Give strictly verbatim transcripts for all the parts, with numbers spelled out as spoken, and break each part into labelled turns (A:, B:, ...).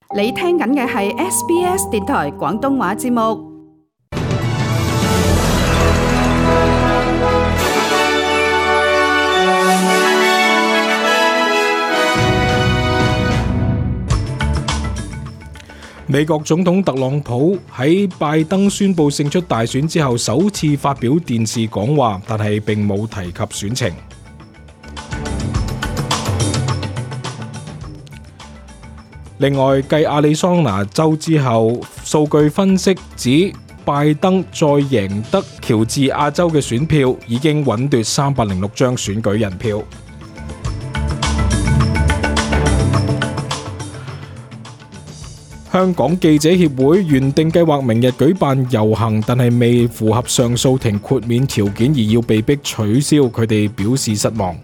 A: 你聽緊嘅係 S B S 電台廣東話節目。
B: 美國總統特朗普喺拜登宣布勝出大選之後首次發表電視講話，但係並冇提及選情。另外，繼亞利桑那州之後，數據分析指拜登再贏得喬治亞州嘅選票，已經穩奪三百零六張選舉人票。香港記者協會原定計劃明日舉辦遊行，但係未符合上訴庭豁免條件而要被迫取消，佢哋表示失望。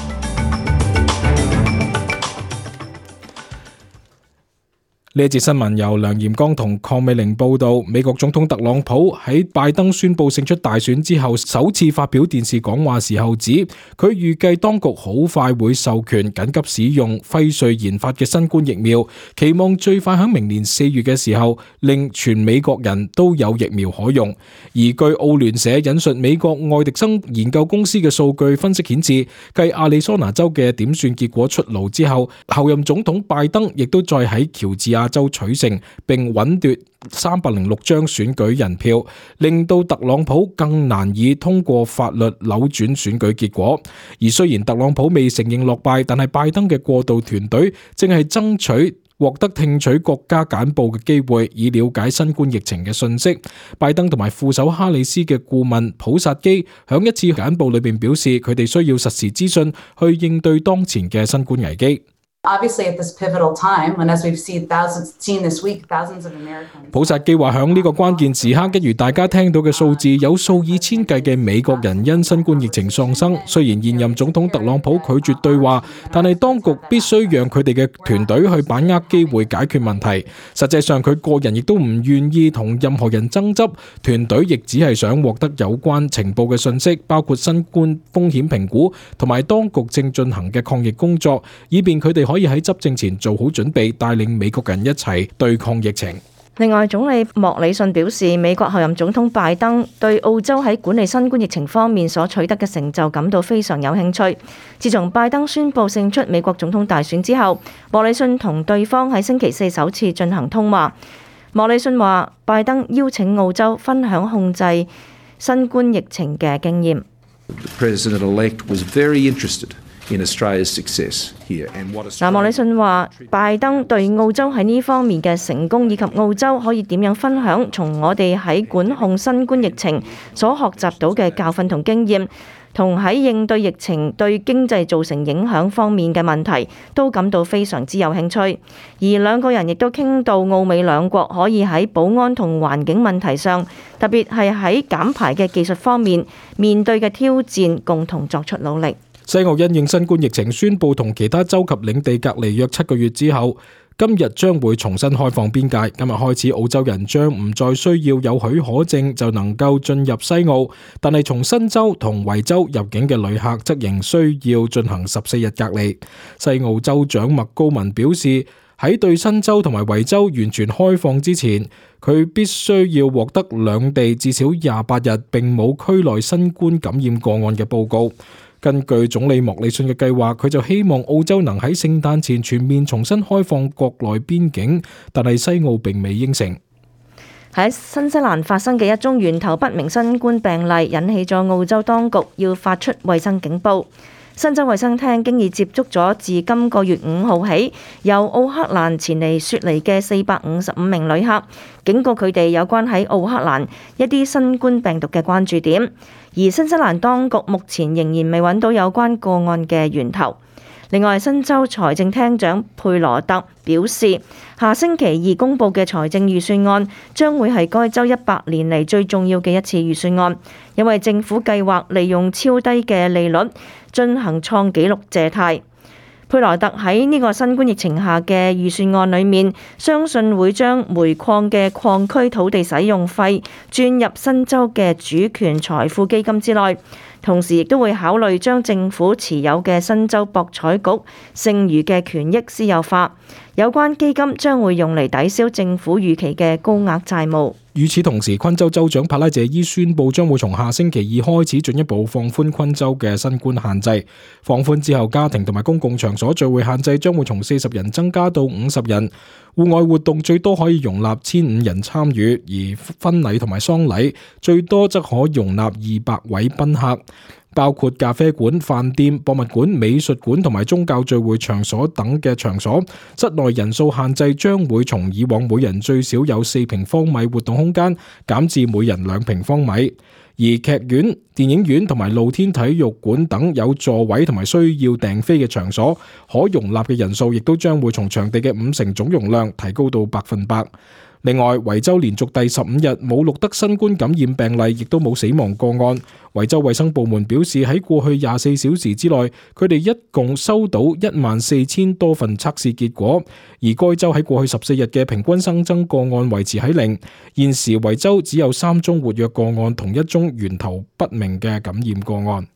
B: 呢一節新聞由梁炎剛同鄺美玲報道。美國總統特朗普喺拜登宣布勝出大選之後首次發表電視講話時候指，佢預計當局好快會授權緊急使用輝瑞研發嘅新冠疫苗，期望最快喺明年四月嘅時候令全美國人都有疫苗可用。而據奧聯社引述美國愛迪生研究公司嘅數據分析顯示，繼亞利桑那州嘅點算結果出爐之後，後任總統拜登亦都再喺喬治亞州取勝，並穩奪三百零六張選舉人票，令到特朗普更難以通過法律扭轉選舉結果。而雖然特朗普未承認落敗，但係拜登嘅過渡團隊正係爭取獲得聽取國家簡報嘅機會，以了解新冠疫情嘅信息。拜登同埋副手哈里斯嘅顧問普薩基響一次簡報裏面表示，佢哋需要實時資訊去應對當前嘅新冠危機。
C: Obviously, at this pivotal time, and as we've seen thousands seen this week, thousands of Americans.
B: 普薩基話：響呢個關鍵時刻，一如大家聽到嘅數字，有數以千計嘅美國人因新冠疫情喪生。雖然現任總統特朗普拒絕對話，但係當局必須讓佢哋嘅團隊去把握機會解決問題。實際上，佢個人亦都唔願意同任何人爭執，團隊亦只係想獲得有關情報嘅信息，包括新冠風險評估同埋當局正進行嘅抗疫工作，以便佢哋可以可以喺執政前做好準備，帶領美國人一齊對抗疫情。
D: 另外，總理莫里遜表示，美國候任總統拜登對澳洲喺管理新冠疫情方面所取得嘅成就感到非常有興趣。自從拜登宣布勝出美國總統大選之後，莫里遜同對方喺星期四首次進行通話。莫里遜話，拜登邀請澳洲分享控制新冠疫情嘅經驗。嗱，莫里遜話，拜登對澳洲喺呢方面嘅成功，以及澳洲可以點樣分享從我哋喺管控新冠疫情所學習到嘅教訓同經驗，同喺應對疫情對經濟造成影響方面嘅問題，都感到非常之有興趣。而兩個人亦都傾到澳美兩國可以喺保安同環境問題上，特別係喺減排嘅技術方面面對嘅挑戰，共同作出努力。
B: 西澳因應新冠疫情宣布同其他州及領地隔離約七個月之後，今日將會重新開放邊界。今日開始，澳洲人將唔再需要有許可證就能夠進入西澳，但係從新州同維州入境嘅旅客則仍需要進行十四日隔離。西澳州長麥高文表示，喺對新州同埋維州完全開放之前，佢必須要獲得兩地至少廿八日並冇區內新冠感染個案嘅報告。根據總理莫里遜嘅計劃，佢就希望澳洲能喺聖誕前全面重新開放國內邊境，但係西澳並未應承。
D: 喺新西蘭發生嘅一宗源頭不明新冠病例，引起咗澳洲當局要發出衛生警報。新州衛生廳經已接觸咗自今個月五號起由奧克蘭前嚟雪梨嘅四百五十五名旅客，警告佢哋有關喺奧克蘭一啲新冠病毒嘅關注點。而新西蘭當局目前仍然未揾到有關個案嘅源頭。另外，新州財政廳長佩羅特表示，下星期二公佈嘅財政預算案將會係該州一百年嚟最重要嘅一次預算案，因為政府計劃利用超低嘅利率進行創紀錄借貸。佩羅特喺呢個新冠疫情下嘅預算案裏面，相信會將煤礦嘅礦區土地使用費轉入新州嘅主權財富基金之內， 同時亦都會考慮將政府持有嘅新州博彩局剩餘嘅權益私有化。有關基金將會用嚟抵消政府預期嘅高額債務。
B: 與此同時，昆州州長帕拉謝伊宣布將會從下星期二開始進一步放寬昆州嘅新冠限制。放寬之後，家庭同埋公共場所聚會限制將會從四十人增加到五十人。戶外活動最多可以容納千五人參與，而婚禮同埋喪禮最多則可容納二百位賓客。包括咖啡館、飯店、博物館、美術館同埋宗教聚會場所等嘅場所，室內人數限制將會從以往每人最少有四平方米活動空間減至每人兩平方米。而劇院、電影院同埋露天體育館等有座位同埋需要訂飛嘅場所，可容納嘅人數亦都將會從場地嘅五成總容量提高到百分百。另外，維州連續第十五日冇錄得新冠感染病例，亦都冇死亡個案。維州衛生部門表示，喺過去廿四小時之內，佢哋一共收到一萬四千多份測試結果，而該州喺過去十四日嘅平均新增個案維持喺零。現時維州只有三宗活躍個案，同一宗源頭不明嘅感染個案。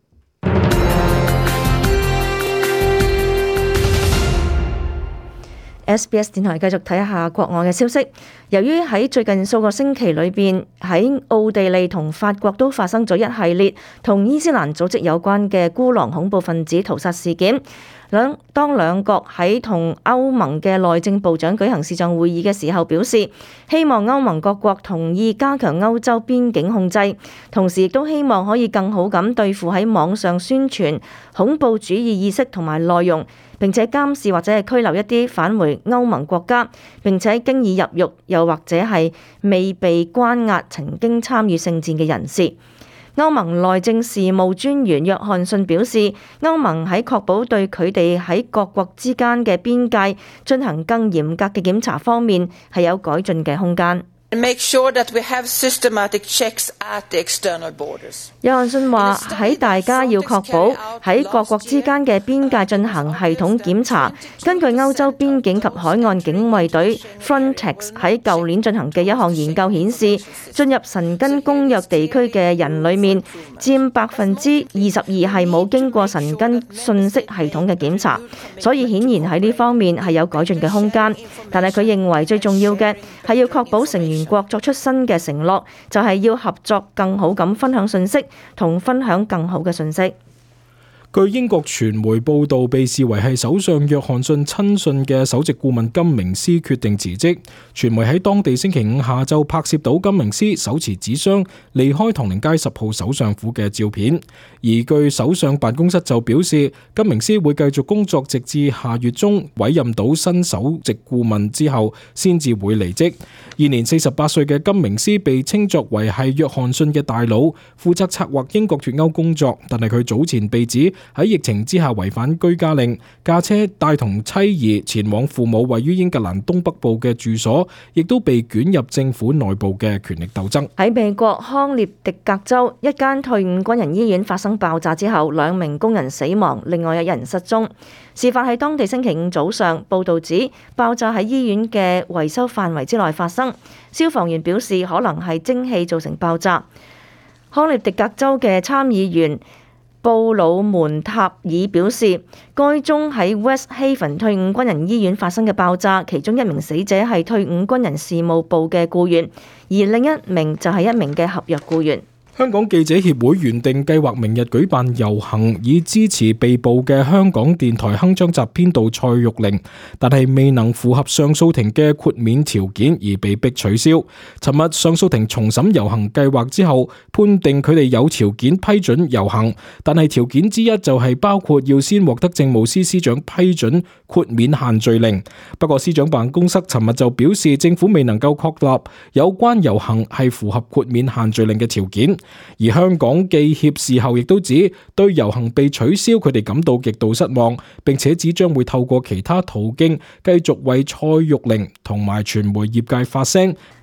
D: S B S 電台繼續睇下國外嘅消息。由於喺最近數個星期裏邊，喺奧地利同法國都發生咗一系列同伊斯蘭組織有關嘅孤狼恐怖分子屠殺事件。兩當兩國喺同歐盟嘅內政部長舉行視像會議嘅時候，表示希望歐盟各國同意加強歐洲邊境控制，同時亦都希望可以更好咁對付喺網上宣傳恐怖主義意識同埋內容，並且監視或者係拘留一啲返回歐盟國家並且經已入獄又或者係未被關押曾經參與聖戰嘅人士。歐盟內政事務專員約翰遜表示，歐盟喺確保對佢哋喺各國之間嘅邊界進行更嚴格嘅檢查方面係有改進嘅空間。
E: Make sure that we have systematic checks at the external borders.
D: 約翰遜話喺大家要確保喺各國之間嘅邊界進行系統檢查。根據歐洲邊境及海岸警衛隊 Frontex 喺舊年進行嘅一項研究顯示，進入申根公約地區嘅人裏面，佔百分之二十二係冇經過申根信息系統嘅檢查，所以顯然喺呢方面係有改進嘅空間。但係佢認為最重要嘅係要確保成員國作出新嘅承諾，就係要合作更好咁分享信息同分享更好嘅信息。
B: 據英國傳媒報道，被視為係首相約翰遜親信嘅首席顧問金明斯決定辭職。傳媒喺當地星期五下晝拍攝到金明斯手持紙箱離開唐寧街十號首相府嘅照片。而據首相辦公室就表示，金明斯會繼續工作直至下月中委任到新首席顧問之後先至會離職。現年四十八歲嘅金明斯被稱作為係約翰遜嘅大佬，負責策劃英國脫歐工作，但係佢早前被指喺疫情之下違反居家令，駕車帶同妻兒前往父母位於英格蘭東北部嘅住所，亦都被捲入政府內部嘅權力鬥爭。
D: 喺美國康涅狄格州一間退伍軍人醫院發生爆炸之後，兩名工人死亡，另外一人失蹤。事發喺當地星期五早上，報道指爆炸喺醫院嘅維修範圍之內發生。消防員表示可能係蒸汽造成爆炸。康涅狄格州嘅參議員布魯門塔爾表示，該宗喺 West Haven 退伍軍人醫院發生嘅爆炸，其中一名死者係退伍軍人事務部嘅僱員，而另一名就係一名嘅合約僱員。
B: 香港記者協會原定計劃明日舉辦遊行，以支持被捕嘅香港電台鏗鏘集編導蔡玉玲，但係未能符合上訴庭嘅豁免條件而被迫取消。尋日上訴庭重審遊行計劃之後，判定佢哋有條件批准遊行，但係條件之一就係包括要先獲得政務司司長批准豁免限聚令。不過司長辦公室尋日就表示，政府未能夠確立有關遊行係符合豁免限聚令嘅條件。而香港記協事後亦都指，對遊行被取消佢哋感到極度失望，並且指將會透過其他途徑繼續為蔡玉玲同埋傳媒業界發聲。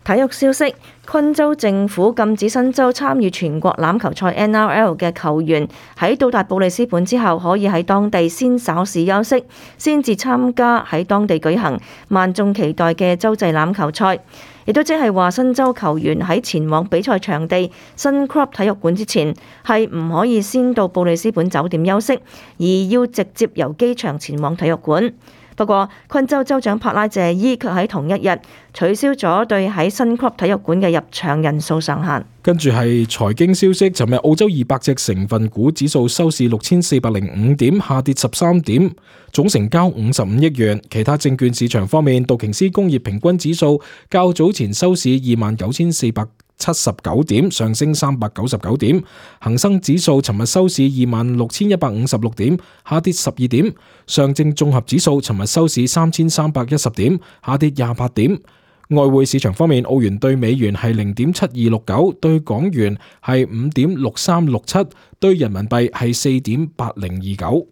D: 體育消息，昆州政府禁止新州參與全國欖球賽 N R L 嘅球員喺到達布里斯本之後，可以喺當地先稍事休息，先至參加喺當地舉行萬眾期待嘅洲際欖球賽。亦都即係話，新州球員喺前往比賽場地新 Crop 體育館之前，係唔可以先到布里斯本酒店休息，而要直接由機場前往體育館。不過，昆州州長帕拉謝伊卻喺同一日取消咗對喺新 Crop 體育館嘅入場人數上限。
B: 跟住係財經消息，尋日澳洲二百隻成分股指數收市六千四百零五點，下跌十三點，總成交五十五億元。其他證券市場方面，道瓊斯工業平均指數較早前收市二萬九千四百七十九點，上升三百九十九點。恒生指數尋日收市二萬六千一百五十六點，下跌十二點。上證綜合指數尋日收市三千三百一十點，下跌廿八點。外匯市場方面，澳元對美元係零點七二六九，對港元係五點六三六七，對人民幣係四點八零二九。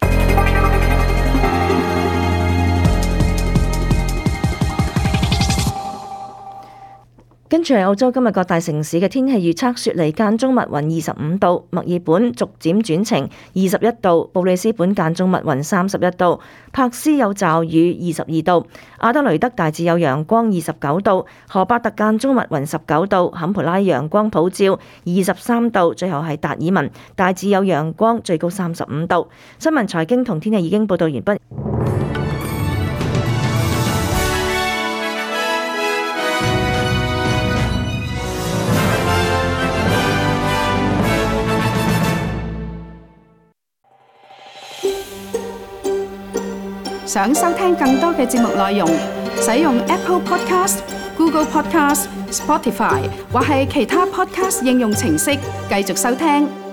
D: 跟住係澳洲今日各大城市嘅天氣預測：雪梨間中密雲二十五度，墨爾本逐漸轉晴二十一度，布里斯本間中密雲三十一度，珀斯有驟雨二十二度，阿德雷德大致有陽光二十九度，荷伯特間中密雲十九度，坎培拉陽光普照二十三度，最後係達爾文大致有陽光，最高三十五度。新聞財經同天氣已經報道完畢。
A: 想收聽更多嘅節目內容，使用 Apple Podcast、Google Podcast、Spotify 或係其他 Podcast 應用程式繼續收聽。